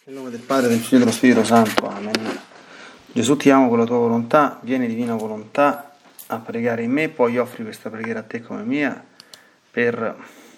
Nel nome del Padre, del Figlio e dello Spirito Santo. Amen. Gesù, ti amo con la tua volontà, vieni divina volontà a pregare in me, poi offri questa preghiera a te come mia per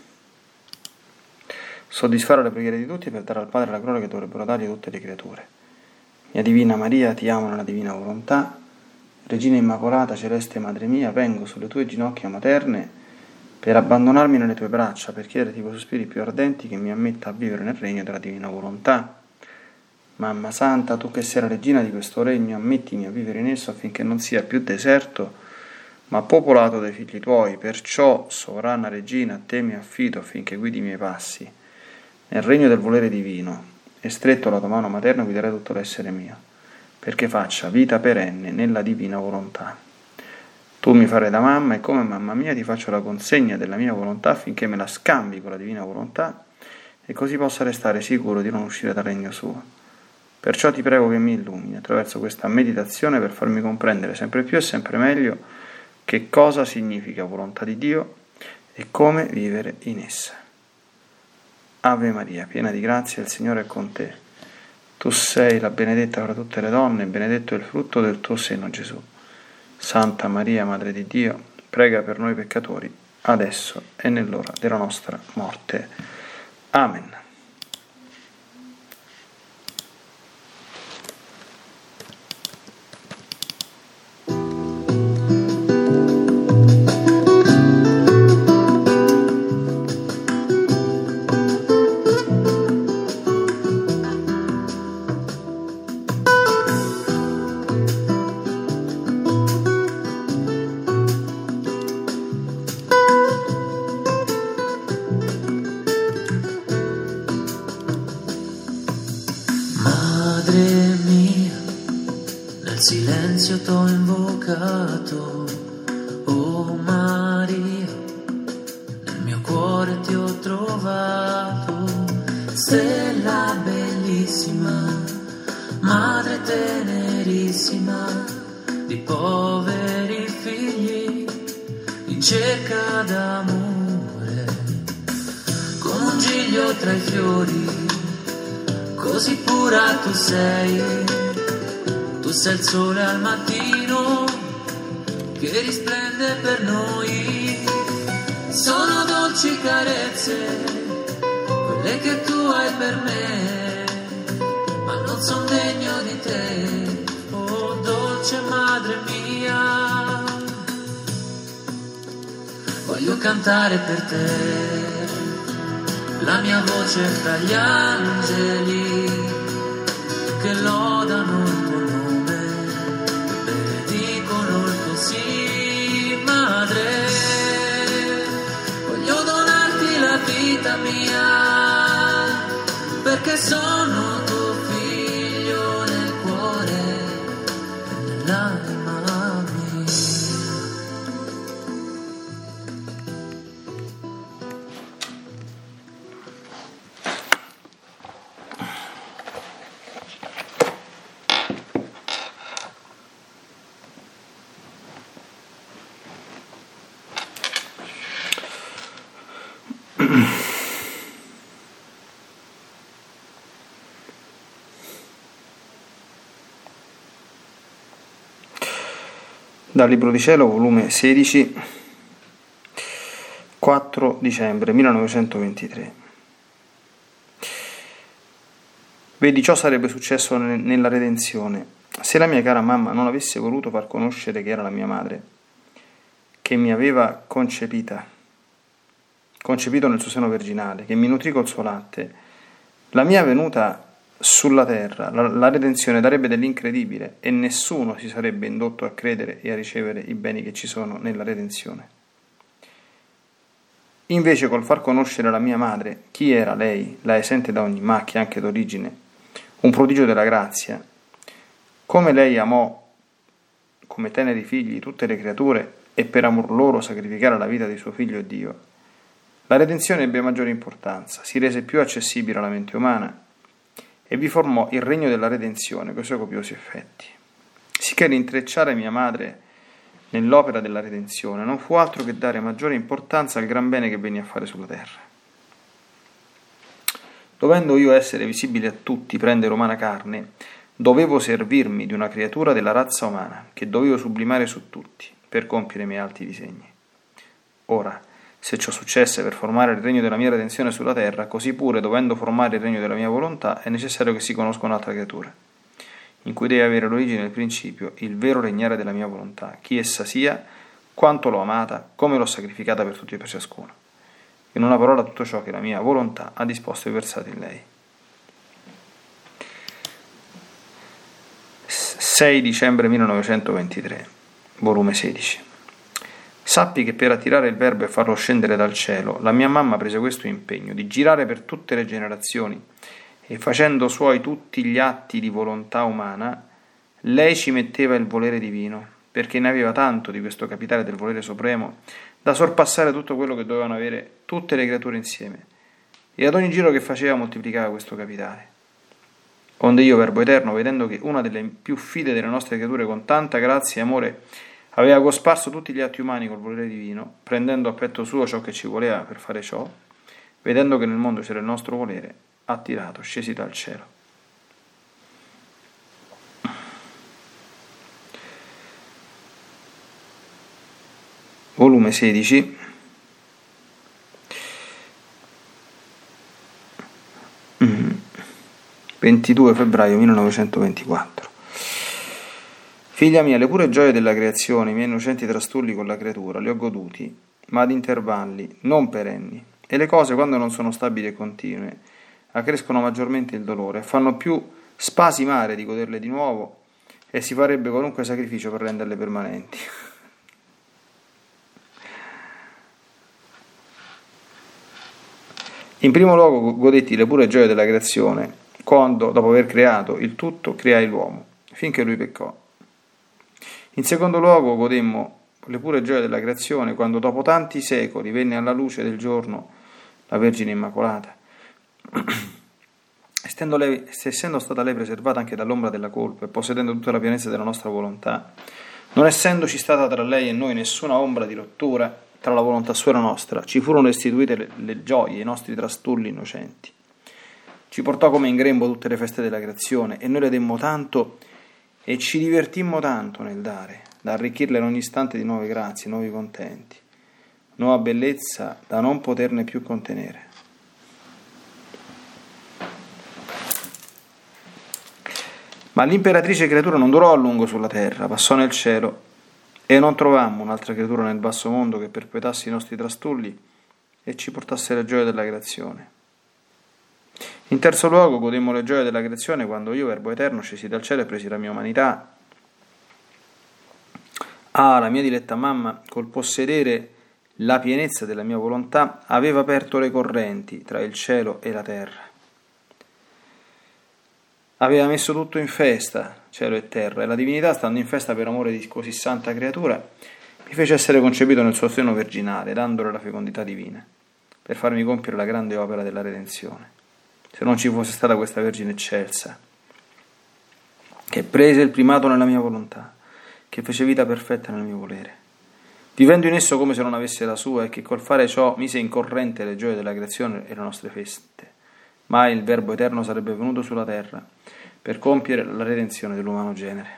soddisfare le preghiere di tutti e per dare al Padre la gloria che dovrebbero dargli tutte le creature. Mia Divina Maria, ti amo nella divina volontà, Regina Immacolata, Celeste Madre mia, vengo sulle tue ginocchia materne per abbandonarmi nelle tue braccia, per chiederti con sospiri più ardenti che mi ammetta a vivere nel regno della divina volontà. Mamma Santa, tu che sei la regina di questo regno, ammettimi a vivere in esso affinché non sia più deserto, ma popolato dai figli tuoi. Perciò, sovrana regina, a te mi affido affinché guidi i miei passi nel regno del volere divino, e stretto la tua mano materna guiderai tutto l'essere mio, perché faccia vita perenne nella divina volontà. Tu mi farai da mamma e come mamma mia ti faccio la consegna della mia volontà affinché me la scambi con la divina volontà e così possa restare sicuro di non uscire dal regno suo. Perciò ti prego che mi illumini attraverso questa meditazione per farmi comprendere sempre più e sempre meglio che cosa significa volontà di Dio e come vivere in essa. Ave Maria, piena di grazia, il Signore è con te. Tu sei la benedetta fra tutte le donne e benedetto è il frutto del tuo seno, Gesù. Santa Maria, Madre di Dio, prega per noi peccatori, adesso e nell'ora della nostra morte. Amen. Madre mia, nel silenzio t'ho invocato, oh Maria, nel mio cuore ti ho trovato, stella bellissima, madre tenerissima, di poveri figli in cerca d'amore, con un giglio tra i fiori. Così pura tu sei il sole al mattino che risplende per noi. Sono dolci carezze quelle che tu hai per me, ma non son degno di te, oh dolce madre mia. Voglio cantare per te la mia voce fra gli angeli che lodano il tuo nome e benedicono il tuo sì, madre. Voglio donarti la vita mia perché sono tuo figlio nel cuore e nell'anima mia. Dal Libro di Cielo, volume 16, 4 dicembre 1923. Vedi, ciò sarebbe successo nella redenzione, se la mia cara mamma non avesse voluto far conoscere che era la mia madre, che mi aveva concepito nel suo seno virginale, che mi nutrì col suo latte. La mia venuta sulla terra, la redenzione darebbe dell'incredibile e nessuno si sarebbe indotto a credere e a ricevere i beni che ci sono nella redenzione. Invece col far conoscere la mia madre, chi era lei, la esente da ogni macchia anche d'origine, un prodigio della grazia, come lei amò come teneri figli tutte le creature e per amor loro sacrificare la vita di suo figlio Dio, la redenzione ebbe maggiore importanza, si rese più accessibile alla mente umana e vi formò il regno della redenzione con i suoi copiosi effetti. Sicché l'intrecciare mia madre nell'opera della redenzione non fu altro che dare maggiore importanza al gran bene che venni a fare sulla terra. Dovendo io essere visibile a tutti, prendere umana carne, dovevo servirmi di una creatura della razza umana, che dovevo sublimare su tutti, per compiere i miei alti disegni. Ora, se ciò successe per formare il regno della mia redenzione sulla terra, così pure, dovendo formare il regno della mia volontà, è necessario che si conosca un'altra creatura, in cui deve avere l'origine e il principio, il vero regnare della mia volontà, chi essa sia, quanto l'ho amata, come l'ho sacrificata per tutti e per ciascuno. In una parola, tutto ciò che la mia volontà ha disposto e versato in lei. 6 dicembre 1923, volume 16. Sappi che per attirare il Verbo e farlo scendere dal cielo, la mia mamma prese questo impegno di girare per tutte le generazioni e facendo suoi tutti gli atti di volontà umana, lei ci metteva il volere divino, perché ne aveva tanto di questo capitale del volere supremo da sorpassare tutto quello che dovevano avere tutte le creature insieme, e ad ogni giro che faceva moltiplicava questo capitale. Onde io, Verbo Eterno, vedendo che una delle più fide delle nostre creature con tanta grazia e amore aveva cosparso tutti gli atti umani col volere divino, prendendo a petto suo ciò che ci voleva per fare ciò, vedendo che nel mondo c'era il nostro volere, attirato, scesi dal cielo. Volume 16, mm. 22 febbraio 1924. Figlia mia, le pure gioie della creazione, i miei innocenti trastulli con la creatura, li ho goduti, ma ad intervalli, non perenni, e le cose, quando non sono stabili e continue, accrescono maggiormente il dolore, fanno più spasimare di goderle di nuovo, e si farebbe qualunque sacrificio per renderle permanenti. In primo luogo godetti le pure gioie della creazione, quando, dopo aver creato il tutto, creai l'uomo, finché lui peccò. In secondo luogo godemmo le pure gioie della creazione, quando dopo tanti secoli venne alla luce del giorno la Vergine Immacolata, essendo stata lei preservata anche dall'ombra della colpa e possedendo tutta la pienezza della nostra volontà, non essendoci stata tra lei e noi nessuna ombra di rottura tra la volontà sua e la nostra, ci furono restituite le gioie, i nostri trastulli innocenti. Ci portò come in grembo tutte le feste della creazione, e noi le demmo tanto e ci divertimmo tanto nel dare, da arricchirle in ogni istante di nuove grazie, nuovi contenti, nuova bellezza da non poterne più contenere. Ma l'imperatrice creatura non durò a lungo sulla terra, passò nel cielo, e non trovammo un'altra creatura nel basso mondo che perpetrasse i nostri trastulli e ci portasse le gioie della creazione. In terzo luogo godemmo le gioie della creazione quando io, Verbo Eterno, scesi dal cielo e presi la mia umanità. La mia diletta mamma, col possedere la pienezza della mia volontà, aveva aperto le correnti tra il cielo e la terra. Aveva messo tutto in festa, cielo e terra, e la divinità, stando in festa per amore di così santa creatura, mi fece essere concepito nel suo seno virginale, dandole la fecondità divina, per farmi compiere la grande opera della redenzione. Se non ci fosse stata questa Vergine eccelsa, che prese il primato nella mia volontà, che fece vita perfetta nel mio volere, vivendo in esso come se non avesse la sua, e che col fare ciò mise in corrente le gioie della creazione e le nostre feste, mai il Verbo Eterno sarebbe venuto sulla terra per compiere la redenzione dell'umano genere.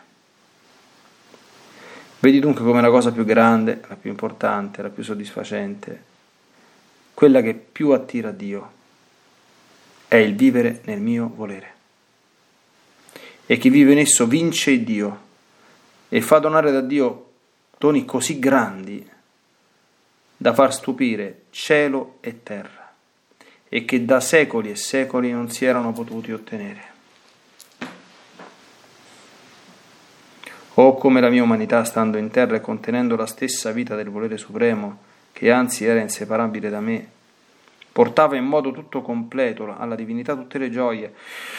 Vedi dunque come la cosa più grande, la più importante, la più soddisfacente, quella che più attira a Dio, è il vivere nel mio volere. E chi vive in esso vince il Dio e fa donare da Dio doni così grandi da far stupire cielo e terra, e che da secoli e secoli non si erano potuti ottenere. Oh, come la mia umanità, stando in terra e contenendo la stessa vita del volere supremo, che anzi era inseparabile da me, portava in modo tutto completo alla divinità tutte le gioie,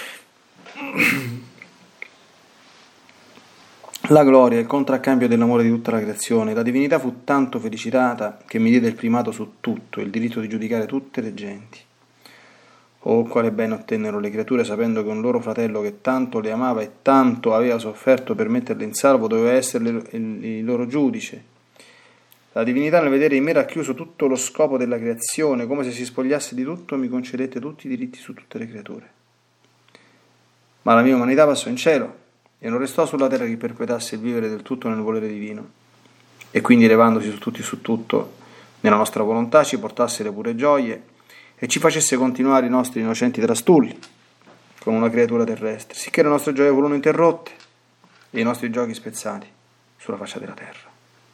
la gloria, il contraccambio dell'amore di tutta la creazione. La divinità fu tanto felicitata che mi diede il primato su tutto, il diritto di giudicare tutte le genti. Oh, quale bene ottennero le creature, sapendo che un loro fratello che tanto le amava e tanto aveva sofferto per metterle in salvo doveva essere il loro giudice, La divinità, nel vedere in me racchiuso tutto lo scopo della creazione, come se si spogliasse di tutto, mi concedette tutti i diritti su tutte le creature. Ma la mia umanità passò in cielo e non restò sulla terra che perpetrasse il vivere del tutto nel volere divino, e quindi levandosi su tutti e su tutto nella nostra volontà ci portasse le pure gioie e ci facesse continuare i nostri innocenti trastulli con una creatura terrestre, sicché le nostre gioie furono interrotte e i nostri giochi spezzati sulla faccia della terra.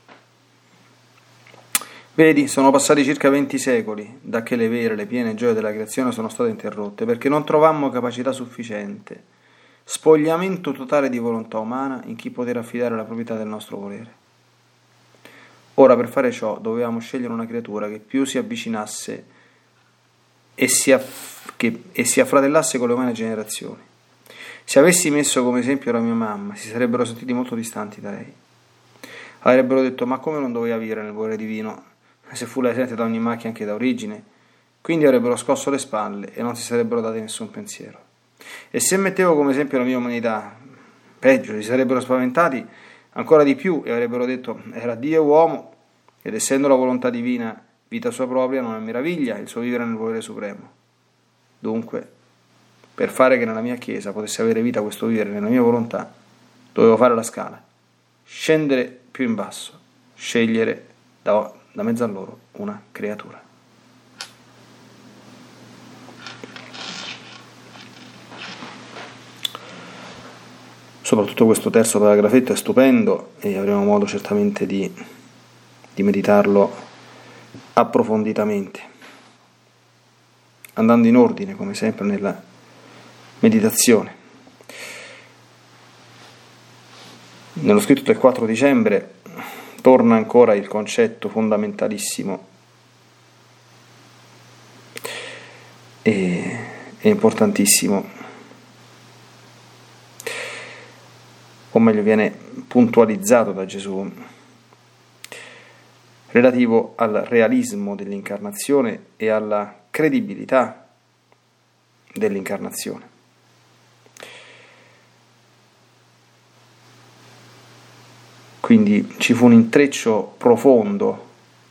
Vedi, sono passati circa 20 secoli da che le vere, le piene gioie della creazione sono state interrotte, perché non trovammo capacità sufficiente, spogliamento totale di volontà umana in chi poter affidare la proprietà del nostro volere. Ora, per fare ciò, dovevamo scegliere una creatura che più si avvicinasse e si affratellasse con le umane generazioni. Se avessi messo come esempio la mia mamma, si sarebbero sentiti molto distanti da lei. Avrebbero detto: ma come non doveva vivere nel volere divino, se fu la esente da ogni macchia anche da origine? Quindi avrebbero scosso le spalle e non si sarebbero dati nessun pensiero. E se mettevo come esempio la mia umanità, peggio, si sarebbero spaventati ancora di più e avrebbero detto: era Dio uomo, ed essendo la volontà divina vita sua propria, non è meraviglia il suo vivere nel volere supremo. Dunque, per fare che nella mia chiesa potesse avere vita questo vivere nella mia volontà, dovevo fare la scala, scendere più in basso, scegliere da mezzo a loro una creatura. Soprattutto questo terzo paragrafetto è stupendo e avremo modo certamente di meditarlo approfonditamente, andando in ordine come sempre nella meditazione. Nello scritto del 4 dicembre torna ancora il concetto fondamentalissimo e importantissimo, o meglio viene puntualizzato da Gesù, relativo al realismo dell'incarnazione e alla credibilità dell'incarnazione. Quindi ci fu un intreccio profondo,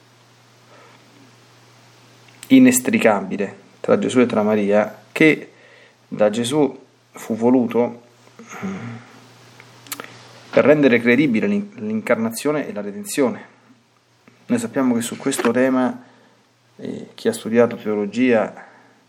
inestricabile tra Gesù e tra Maria, che da Gesù fu voluto per rendere credibile l'incarnazione e la redenzione. Noi sappiamo che su questo tema chi ha studiato teologia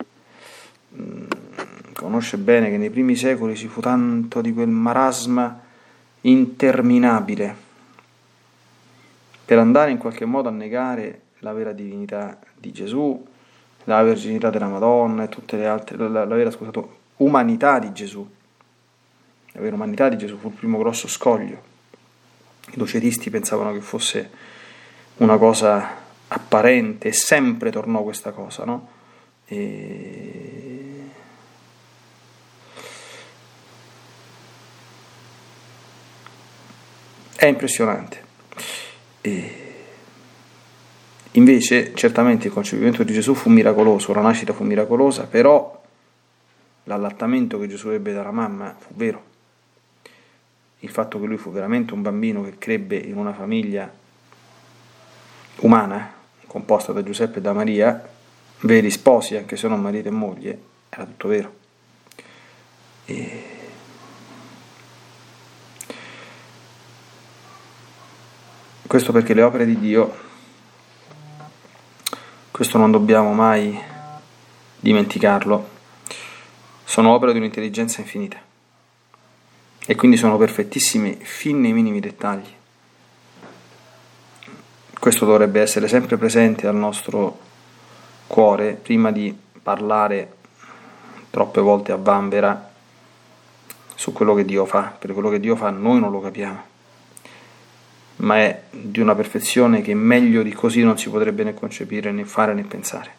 conosce bene che nei primi secoli ci fu tanto di quel marasma interminabile per andare in qualche modo a negare la vera divinità di Gesù, la verginità della Madonna e tutte le altre, la vera umanità di Gesù. La vera umanità di Gesù fu il primo grosso scoglio. I docetisti pensavano che fosse una cosa apparente e sempre tornò questa cosa, no? È impressionante. Invece, certamente il concepimento di Gesù fu miracoloso, la nascita fu miracolosa, però l'allattamento che Gesù ebbe dalla mamma fu vero. Il fatto che lui fu veramente un bambino che crebbe in una famiglia umana, composta da Giuseppe e da Maria, veri sposi, anche se non marito e moglie, era tutto vero. Questo perché le opere di Dio, questo non dobbiamo mai dimenticarlo, sono opere di un'intelligenza infinita e quindi sono perfettissime fin nei minimi dettagli. Questo dovrebbe essere sempre presente al nostro cuore prima di parlare troppe volte a vanvera su quello che Dio fa, perché quello che Dio fa noi non lo capiamo, ma è di una perfezione che meglio di così non si potrebbe né concepire, né fare, né pensare.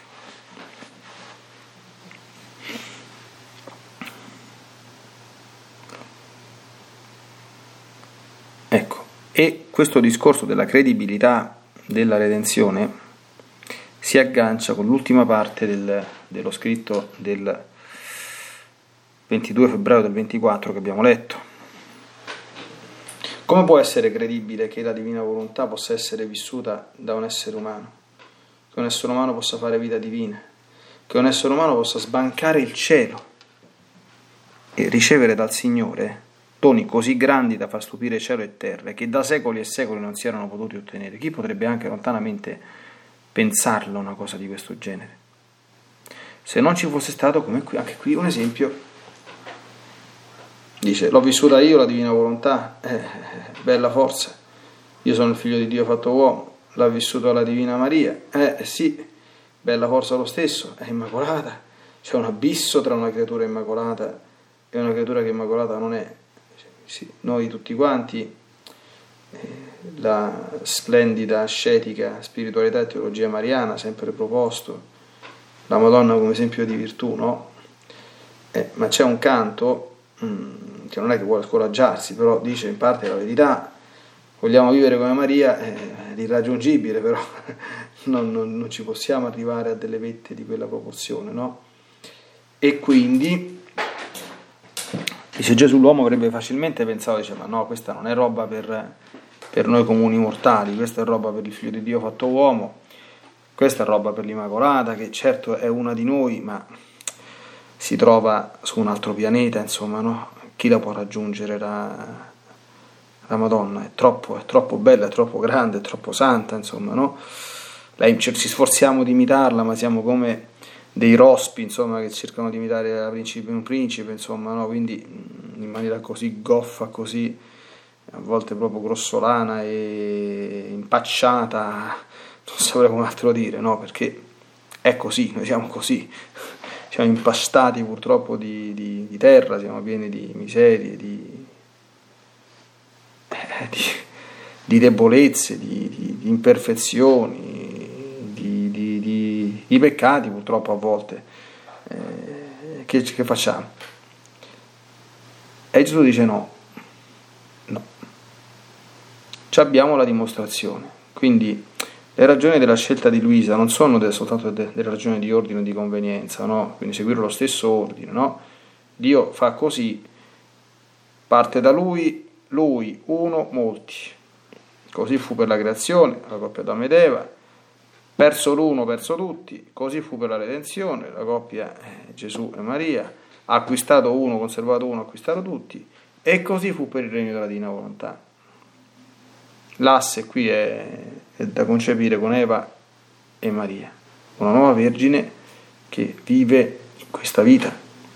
Ecco, e questo discorso della credibilità della redenzione si aggancia con l'ultima parte dello scritto del 22 febbraio del 24 che abbiamo letto. Come può essere credibile che la divina volontà possa essere vissuta da un essere umano? Che un essere umano possa fare vita divina? Che un essere umano possa sbancare il cielo e ricevere dal Signore doni così grandi da far stupire cielo e terra, che da secoli e secoli non si erano potuti ottenere? Chi potrebbe anche lontanamente pensarla una cosa di questo genere? Se non ci fosse stato, come qui, anche qui un esempio, dice: l'ho vissuta io la divina volontà, bella forza, io sono il figlio di Dio fatto uomo, l'ha vissuto la Divina Maria, sì, bella forza lo stesso, è immacolata, c'è un abisso tra una creatura immacolata e una creatura che immacolata non è. Sì, noi tutti quanti, la splendida ascetica spiritualità e teologia mariana, sempre proposto la Madonna come esempio di virtù, no? Ma c'è un canto che non è che vuole scoraggiarsi, però dice in parte la verità: vogliamo vivere come Maria, è irraggiungibile, però non ci possiamo arrivare a delle vette di quella proporzione, no? E quindi dice Gesù, l'uomo avrebbe facilmente pensato, dice: ma no, questa non è roba per noi comuni mortali, questa è roba per il figlio di Dio fatto uomo, questa è roba per l'Immacolata, che certo è una di noi, ma si trova su un altro pianeta, insomma, no? Chi la può raggiungere la Madonna? È troppo bella, è troppo grande, è troppo santa, insomma, no? Ci sforziamo di imitarla, ma siamo come dei rospi, insomma, che cercano di imitare un principe, insomma, no? Quindi in maniera così goffa, così a volte proprio grossolana e impacciata, non saprei come altro dire, no? Perché è così, noi siamo così. Siamo impastati purtroppo di terra, siamo pieni di miserie, di debolezze, di imperfezioni, di peccati purtroppo a volte. Che facciamo? E Gesù dice no. Ci abbiamo la dimostrazione. Quindi le ragioni della scelta di Luisa non sono soltanto delle ragioni di ordine e di convenienza, no? Quindi seguire lo stesso ordine, no? Dio fa così, parte da lui, uno, molti. Così fu per la creazione, la coppia Adamo ed Eva, perso l'uno, perso tutti, così fu per la redenzione, la coppia Gesù e Maria, acquistato uno, conservato uno, acquistato tutti, e così fu per il regno della divina volontà. L'asse qui è da concepire con Eva e Maria, una nuova Vergine che vive questa vita,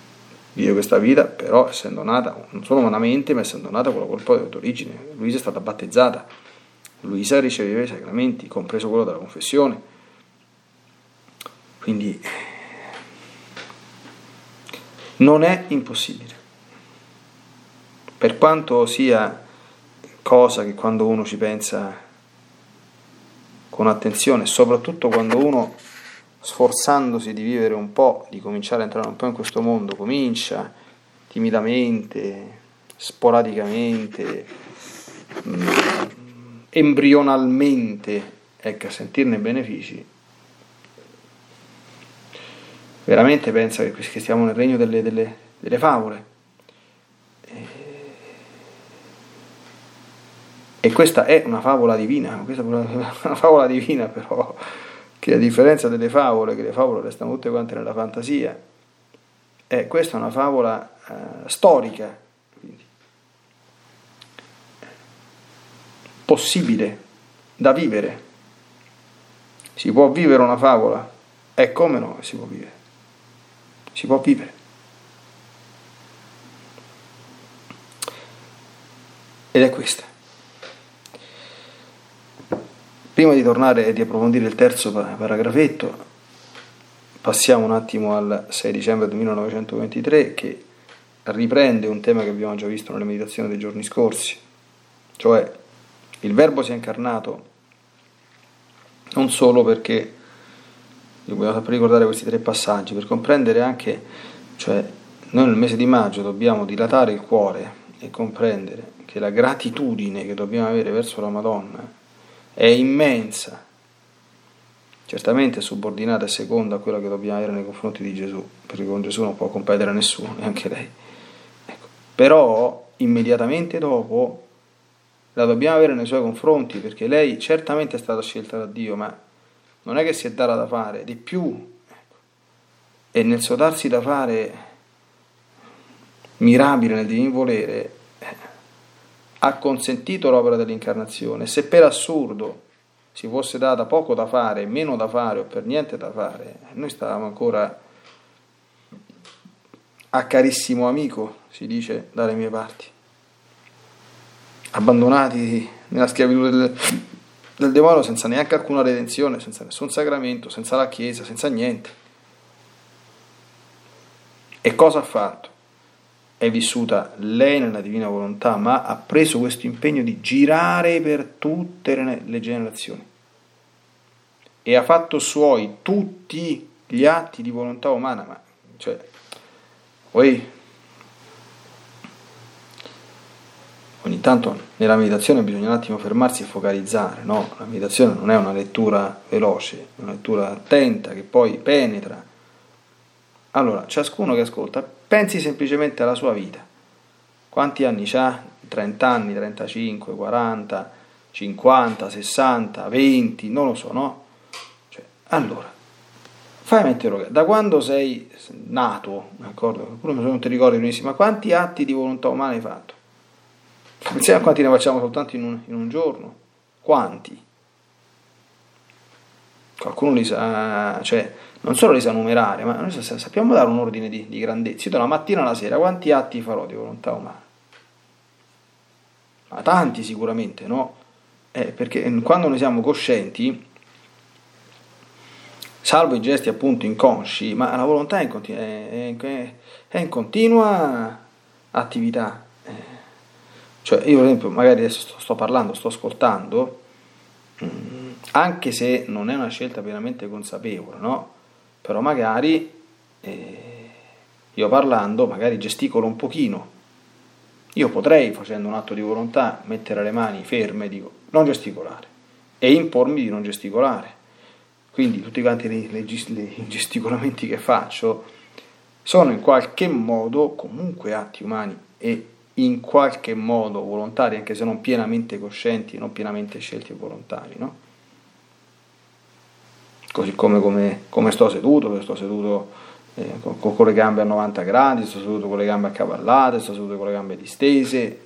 però essendo nata non solo umanamente, ma essendo nata con la colpa d'origine. Luisa è stata battezzata, Luisa riceveva i sacramenti, compreso quello della confessione, quindi non è impossibile, per quanto sia cosa che quando uno ci pensa con attenzione, soprattutto quando uno, sforzandosi di vivere un po', di cominciare a entrare un po' in questo mondo, comincia timidamente, sporadicamente, embrionalmente, ecco, a sentirne i benefici, veramente pensa che stiamo nel regno delle favole. E questa è una favola divina, una favola divina però, che a differenza delle favole, che le favole restano tutte quante nella fantasia, questa è una favola storica, quindi possibile da vivere. Si può vivere una favola? Come no, si può vivere. Si può vivere. Ed è questa. Prima di tornare e di approfondire il terzo paragrafetto, passiamo un attimo al 6 dicembre 1923, che riprende un tema che abbiamo già visto nelle meditazioni dei giorni scorsi, cioè il Verbo si è incarnato non solo perché, dobbiamo sempre ricordare questi tre passaggi, per comprendere anche, cioè noi nel mese di maggio dobbiamo dilatare il cuore e comprendere che la gratitudine che dobbiamo avere verso la Madonna è immensa, certamente subordinata e seconda a quella che dobbiamo avere nei confronti di Gesù, perché con Gesù non può competere nessuno, neanche lei. Ecco. Però immediatamente dopo la dobbiamo avere nei suoi confronti, perché lei certamente è stata scelta da Dio, ma non è che si è data da fare, di più, e nel suo darsi da fare mirabile nel divin volere ha consentito l'opera dell'incarnazione. Se per assurdo si fosse data poco da fare, meno da fare o per niente da fare, noi stavamo ancora a carissimo amico, si dice dalle mie parti, abbandonati nella schiavitù del demonio, senza neanche alcuna redenzione, senza nessun sacramento, senza la Chiesa, senza niente. E cosa ha fatto? È vissuta lei nella divina volontà, ma ha preso questo impegno di girare per tutte le generazioni e ha fatto suoi tutti gli atti di volontà umana. Ma cioè, ogni tanto nella meditazione bisogna un attimo fermarsi e focalizzare, no? La meditazione non è una lettura veloce, è una lettura attenta che poi penetra. Allora, ciascuno che ascolta pensi semplicemente alla sua vita. Quanti anni c'ha? 30 anni, 35, 40, 50, 60, 20, non lo so, no? Cioè, allora, fai mente, da quando sei nato, d'accordo? Qualcuno non ti ricordi benissimo, ma quanti atti di volontà umana hai fatto? Pensiamo a quanti ne facciamo soltanto in un giorno? Quanti? Qualcuno li sa, cioè, non solo li sa numerare, ma noi sappiamo dare un ordine di grandezza. Io dalla mattina alla sera quanti atti farò di volontà umana? Ma tanti sicuramente, no? Perché quando noi siamo coscienti, salvo i gesti appunto inconsci, ma la volontà è in continua attività. Cioè io per esempio magari adesso sto parlando, sto ascoltando, anche se non è una scelta pienamente consapevole, no? Però magari io parlando magari gesticolo un pochino. Io potrei, facendo un atto di volontà, mettere le mani ferme e dico non gesticolare e impormi di non gesticolare. Quindi tutti quanti i gesticolamenti che faccio sono in qualche modo comunque atti umani e in qualche modo volontari, anche se non pienamente coscienti, non pienamente scelti e volontari, no? Così come sto seduto con le gambe a 90 gradi, sto seduto con le gambe accavallate, sto seduto con le gambe distese.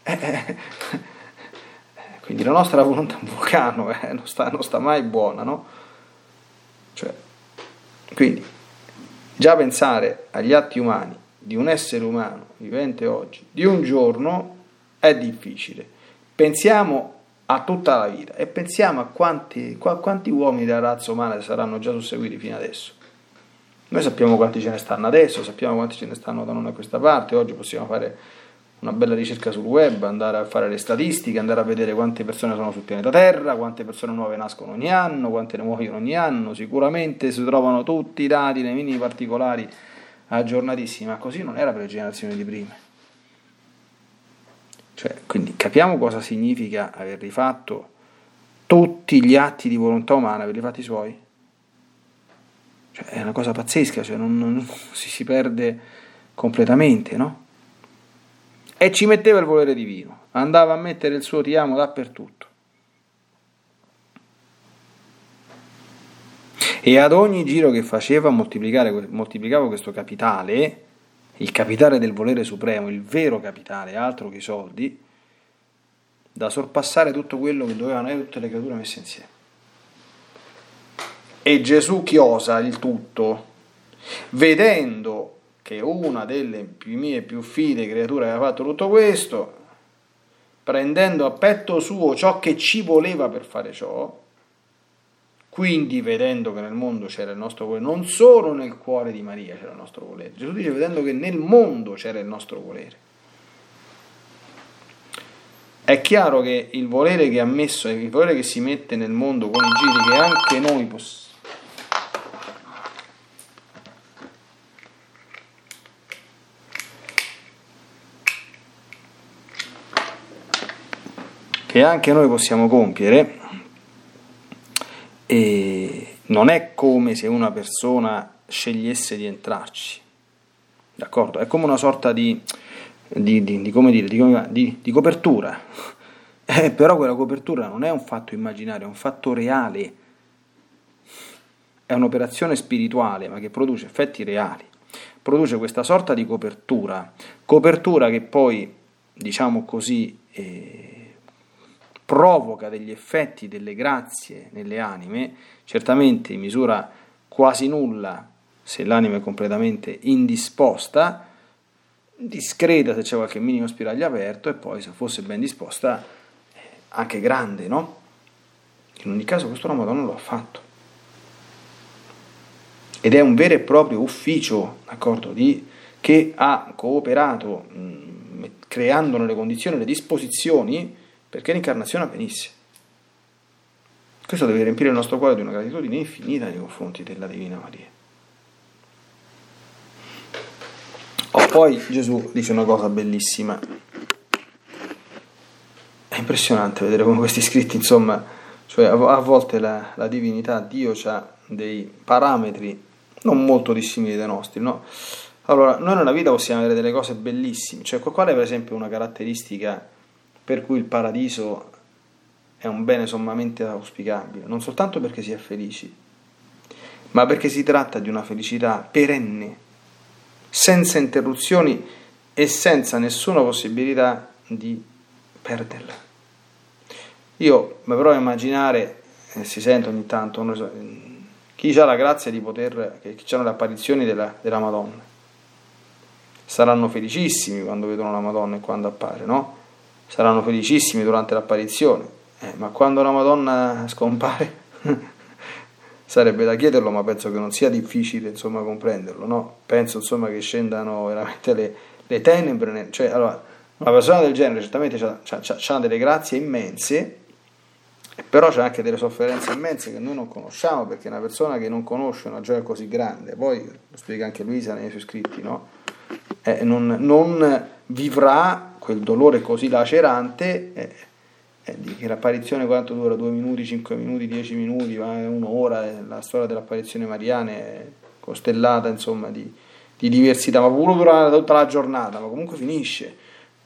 Quindi la nostra volontà un vulcano non sta mai buona, no? Cioè, quindi già pensare agli atti umani di un essere umano vivente oggi, di un giorno, è difficile. Pensiamo a tutta la vita e pensiamo a quanti uomini della razza umana saranno già susseguiti fino adesso. Noi sappiamo quanti ce ne stanno adesso, sappiamo quanti ce ne stanno da noi a questa parte. Oggi possiamo fare una bella ricerca sul web, andare a fare le statistiche, andare a vedere quante persone sono sul pianeta Terra, quante persone nuove nascono ogni anno, quante ne muoiono ogni anno. Sicuramente si trovano tutti i dati nei minimi particolari aggiornatissimi, ma così non era per le generazioni di prima. Cioè, quindi capiamo cosa significa aver rifatto tutti gli atti di volontà umana, averli fatti suoi. Cioè, è una cosa pazzesca, cioè non si perde completamente, no? E ci metteva il volere divino, andava a mettere il suo ti amo dappertutto. E ad ogni giro che faceva moltiplicava questo capitale, il capitale del volere supremo, il vero capitale, altro che i soldi, da sorpassare tutto quello che dovevano avere tutte le creature messe insieme. E Gesù chiosa il tutto, vedendo che una delle mie più fide creature aveva fatto tutto questo, prendendo a petto suo ciò che ci voleva per fare ciò, quindi vedendo che nel mondo c'era il nostro volere, non solo nel cuore di Maria c'era il nostro volere, Gesù dice vedendo che nel mondo c'era il nostro volere. È chiaro che il volere che ha messo, il volere che si mette nel mondo con i giri che anche noi possiamo, compiere, e non è come se una persona scegliesse di entrarci, d'accordo? È come una sorta di copertura, Però quella copertura non è un fatto immaginario, è un fatto reale, è un'operazione spirituale, ma che produce effetti reali. Produce questa sorta di copertura che poi, diciamo così, provoca degli effetti, delle grazie nelle anime, certamente in misura quasi nulla se l'anima è completamente indisposta, discreta se c'è qualche minimo spiraglio aperto, e poi se fosse ben disposta anche grande, no? In ogni caso questo la Madonna lo ha fatto. Ed è un vero e proprio ufficio, d'accordo, che ha cooperato creandone le condizioni, le disposizioni perché l'incarnazione avvenisse. Questo deve riempire il nostro cuore di una gratitudine infinita nei confronti della Divina Maria. Poi Gesù dice una cosa bellissima. È impressionante vedere come questi scritti, insomma, cioè a volte la divinità, Dio ha dei parametri non molto dissimili dai nostri, no? Allora, noi nella vita possiamo avere delle cose bellissime, cioè qual è per esempio una caratteristica per cui il paradiso è un bene sommamente auspicabile, non soltanto perché si è felici, ma perché si tratta di una felicità perenne, senza interruzioni e senza nessuna possibilità di perderla. Io mi provo a immaginare, si sente ogni tanto, chi ha la grazia di che c'hanno le apparizioni della Madonna, saranno felicissimi quando vedono la Madonna e quando appare, no? Saranno felicissimi durante l'apparizione, ma quando la Madonna scompare sarebbe da chiederlo, ma penso che non sia difficile, insomma, comprenderlo, no? Penso, insomma, che scendano veramente le tenebre, cioè, allora, una persona del genere certamente ha delle grazie immense, però c'è anche delle sofferenze immense che noi non conosciamo, perché una persona che non conosce una gioia così grande, poi lo spiega anche Luisa nei suoi scritti, no? Non vivrà quel dolore così lacerante di che l'apparizione quanto dura, 2 minuti, 5 minuti, 10 minuti, un'ora, la storia dell'apparizione mariana è costellata, insomma, di diversità, ma pure durare tutta la giornata, ma comunque finisce.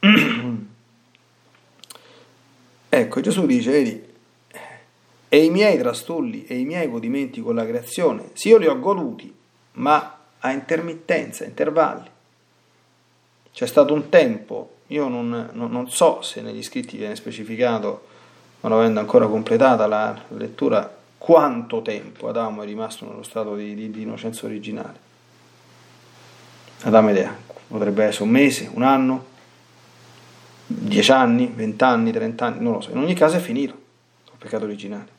Ecco, Gesù dice, vedi, e i miei trastulli e i miei godimenti con la creazione, sì, io li ho goduti, ma a intermittenza, a intervalli. C'è stato un tempo, io non so se negli scritti viene specificato, non avendo ancora completata la lettura, quanto tempo Adamo è rimasto nello stato di innocenza originale. Adamo idea, potrebbe essere un mese, un anno, 10 anni, 20 anni, 30 anni, non lo so. In ogni caso è finito il peccato originale.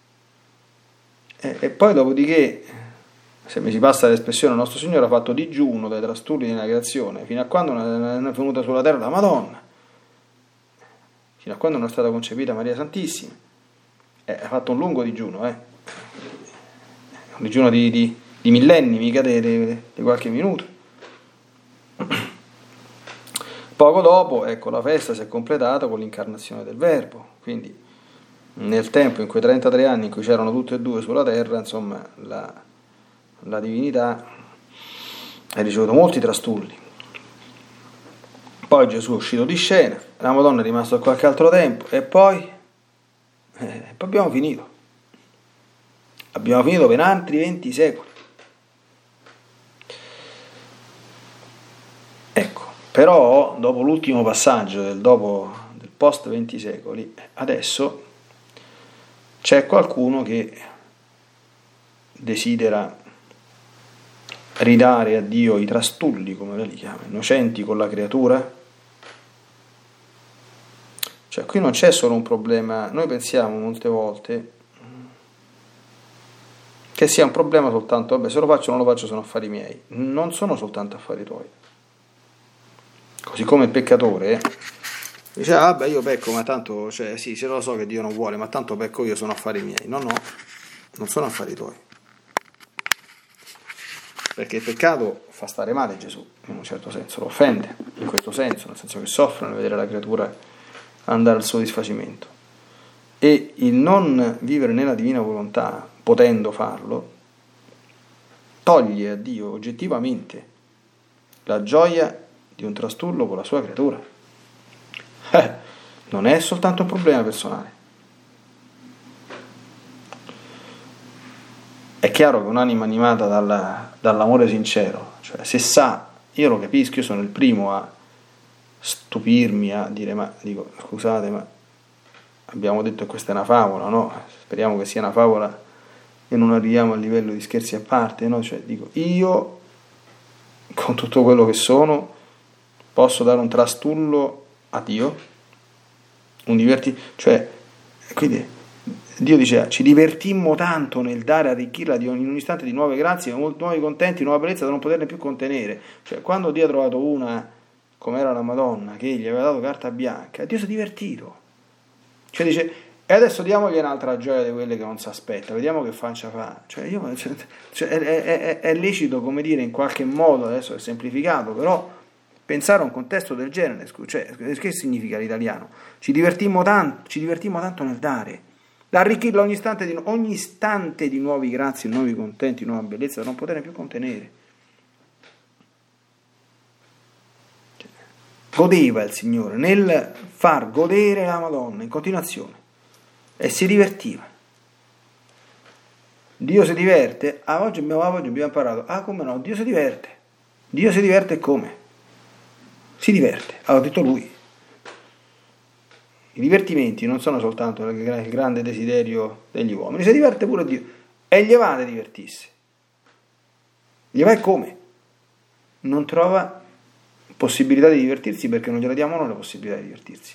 E poi dopodiché, se mi si passa l'espressione, il nostro Signore ha fatto digiuno dai trastulli della creazione fino a quando non è venuta sulla terra la Madonna, fino a quando non è stata concepita Maria Santissima. Ha fatto un lungo digiuno, un digiuno di millenni, mica di qualche minuto. Poco dopo, ecco, la festa si è completata con l'incarnazione del Verbo, quindi nel tempo, in quei 33 anni in cui c'erano tutte e due sulla terra, insomma, la divinità ha ricevuto molti trastulli. Poi Gesù è uscito di scena, la Madonna è rimasta qualche altro tempo, e poi abbiamo finito. Abbiamo finito per altri 20 secoli. Ecco, però dopo l'ultimo passaggio del post 20 secoli, adesso c'è qualcuno che desidera ridare a Dio i trastulli, come li chiama, innocenti con la creatura. Cioè qui non c'è solo un problema, noi pensiamo molte volte che sia un problema soltanto, vabbè, se lo faccio o non lo faccio sono affari miei. Non sono soltanto affari tuoi. Così come il peccatore dice, vabbè, io pecco, ma tanto, cioè sì, se lo so che Dio non vuole, ma tanto pecco io, sono affari miei. No, non sono affari tuoi. Perché il peccato fa stare male Gesù, in un certo senso, lo offende, in questo senso, nel senso che soffre nel vedere la creatura andare al suo disfacimento. E il non vivere nella divina volontà, potendo farlo, toglie a Dio oggettivamente la gioia di un trastullo con la sua creatura. non è soltanto un problema personale. È chiaro che un'anima animata dall'amore sincero, cioè se sa, io lo capisco, io sono il primo a stupirmi, a dire, ma dico, scusate, ma abbiamo detto che questa è una favola, no? Speriamo che sia una favola e non arriviamo al livello di scherzi a parte, no? Cioè dico, io con tutto quello che sono posso dare un trastullo a Dio, cioè, quindi Dio dice, ci divertimmo tanto nel dare, arricchirla in un istante di nuove grazie, nuovi contenti, nuova bellezza da non poterne più contenere. Cioè, quando Dio ha trovato una, come era la Madonna, che gli aveva dato carta bianca, Dio si è divertito. Cioè dice, e adesso diamogli un'altra gioia di quelle che non si aspetta, vediamo che faccia fa. È lecito, come dire, in qualche modo, adesso è semplificato, però pensare a un contesto del genere, cioè, che significa l'italiano? Ci divertimmo tanto nel dare, arricchirla ogni istante di nuovi grazie, nuovi contenti, nuova bellezza da non poter più contenere. Godeva il Signore nel far godere la Madonna in continuazione e si divertiva. Dio si diverte? Oggi abbiamo imparato, come no, Dio si diverte come? Si diverte, ha detto lui. I divertimenti non sono soltanto il grande desiderio degli uomini, si diverte pure Dio. E gli va a divertirsi. Gli va e come? Non trova possibilità di divertirsi perché non gliela diamo noi la possibilità di divertirsi.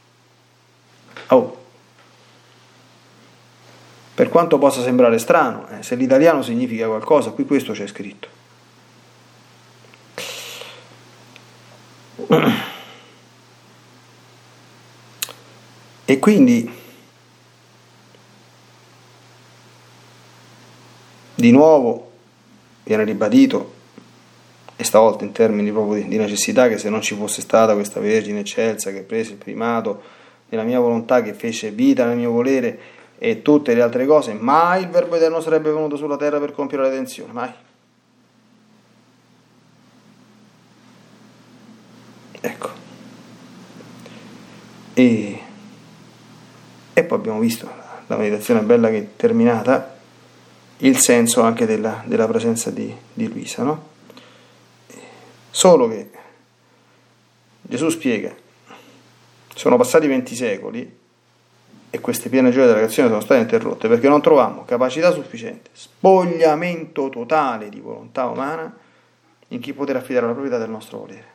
Per quanto possa sembrare strano, se l'italiano significa qualcosa, qui questo c'è scritto. E quindi, di nuovo, viene ribadito, e stavolta in termini proprio di necessità, che se non ci fosse stata questa Vergine eccelsa che prese il primato nella mia volontà, che fece vita nel mio volere e tutte le altre cose, mai il Verbo Eterno sarebbe venuto sulla terra per compiere la redenzione, mai. Ecco. E poi abbiamo visto, la meditazione bella che è terminata, il senso anche della presenza di Luisa, no? Solo che Gesù spiega, sono passati 20 secoli e queste piene gioie della creazione sono state interrotte perché non trovammo capacità sufficiente, spogliamento totale di volontà umana in chi poter affidare la proprietà del nostro volere.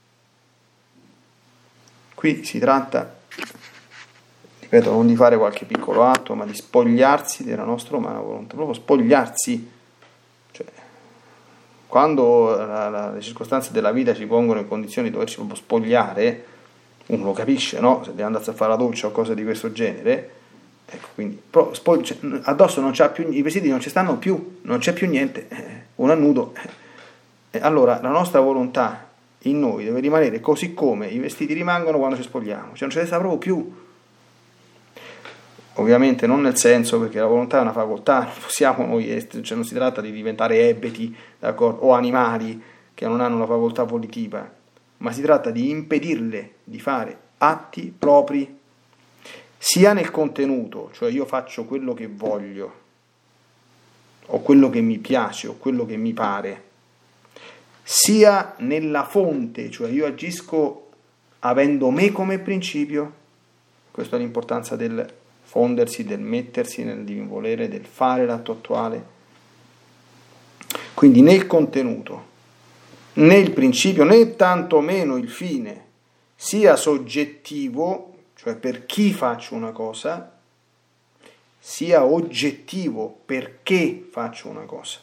Qui si tratta, ripeto, non di fare qualche piccolo atto, ma di spogliarsi della nostra umana volontà, proprio spogliarsi. Cioè, quando le circostanze della vita ci pongono in condizioni di doverci proprio spogliare, uno lo capisce, no? Se deve andarsi a fare la doccia o cose di questo genere, ecco, quindi addosso non c'ha più, i vestiti non ci stanno più, non c'è più niente, uno è nudo. E allora la nostra volontà in noi deve rimanere così come i vestiti rimangono quando ci spogliamo, cioè non ce ne sta proprio più. Ovviamente non nel senso, perché la volontà è una facoltà, non possiamo noi, cioè non si tratta di diventare ebeti, d'accordo, o animali che non hanno la facoltà volitiva, ma si tratta di impedirle di fare atti propri, sia nel contenuto, cioè io faccio quello che voglio, o quello che mi piace, o quello che mi pare, sia nella fonte, cioè io agisco avendo me come principio. Questa è l'importanza del fondersi, del mettersi nel divino volere, del fare l'atto attuale. Quindi né il contenuto, né il principio, né tantomeno il fine sia soggettivo, cioè per chi faccio una cosa, sia oggettivo perché faccio una cosa.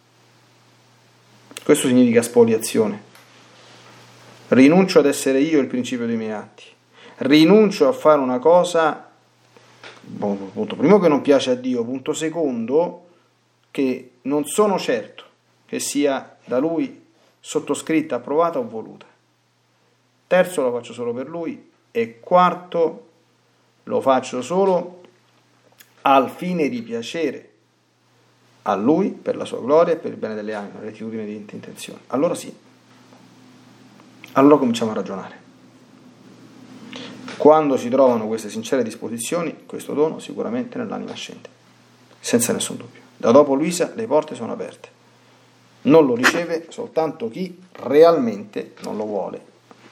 Questo significa spoliazione. Rinuncio ad essere io il principio dei miei atti. Rinuncio a fare una cosa, punto primo, che non piace a Dio, punto secondo, che non sono certo che sia da Lui sottoscritta, approvata o voluta. Terzo, lo faccio solo per Lui. E quarto, lo faccio solo al fine di piacere a Lui, per la sua gloria e per il bene delle anime, rettitudine di intenzione. Allora sì, allora cominciamo a ragionare. Quando si trovano queste sincere disposizioni, questo dono sicuramente nell'anima scende, senza nessun dubbio. Da dopo Luisa le porte sono aperte. Non lo riceve soltanto chi realmente non lo vuole.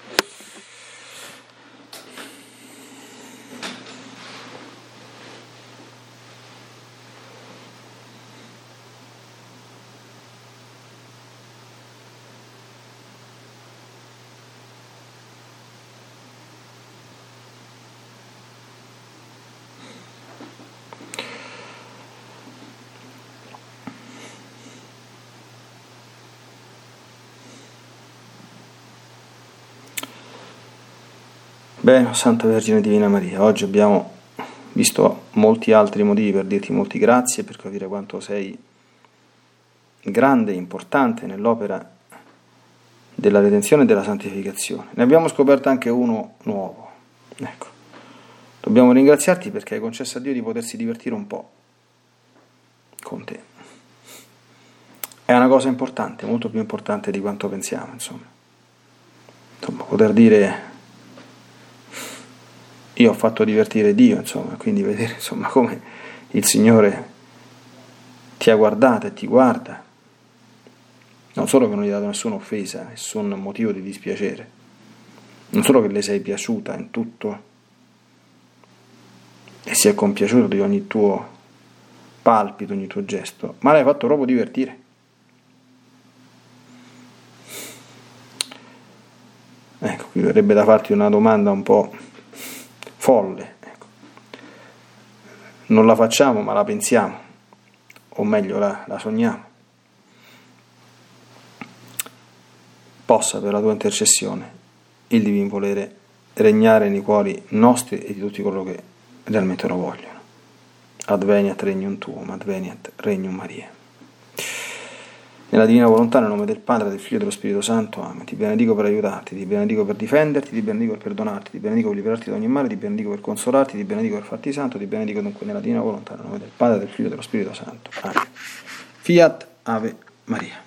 Bene, Santa Vergine Divina Maria, oggi abbiamo visto molti altri motivi per dirti molti grazie, per capire quanto sei grande e importante nell'opera della redenzione e della santificazione. Ne abbiamo scoperto anche uno nuovo. Ecco, dobbiamo ringraziarti perché hai concesso a Dio di potersi divertire un po' con te. È una cosa importante, molto più importante di quanto pensiamo, insomma, poter dire io ho fatto divertire Dio, insomma, quindi vedere, insomma, come il Signore ti ha guardato e ti guarda, non solo che non gli ha dato nessuna offesa, nessun motivo di dispiacere, non solo che le sei piaciuta in tutto e si è compiaciuto di ogni tuo palpito, ogni tuo gesto, ma l'hai fatto proprio divertire. Ecco, qui verrebbe da farti una domanda un po' folle, ecco. Non la facciamo ma la pensiamo, o meglio la sogniamo. Possa per la tua intercessione il divin volere regnare nei cuori nostri e di tutti coloro che realmente lo vogliono. Adveniat regnum tuum, adveniat regnum Mariae. Nella divina volontà, nel nome del Padre, del Figlio e dello Spirito Santo, amen. Ti benedico per aiutarti, ti benedico per difenderti, ti benedico per perdonarti, ti benedico per liberarti da ogni male, ti benedico per consolarti, ti benedico per farti santo, ti benedico dunque nella divina volontà, nel nome del Padre, del Figlio e dello Spirito Santo. Amen. Fiat Ave Maria.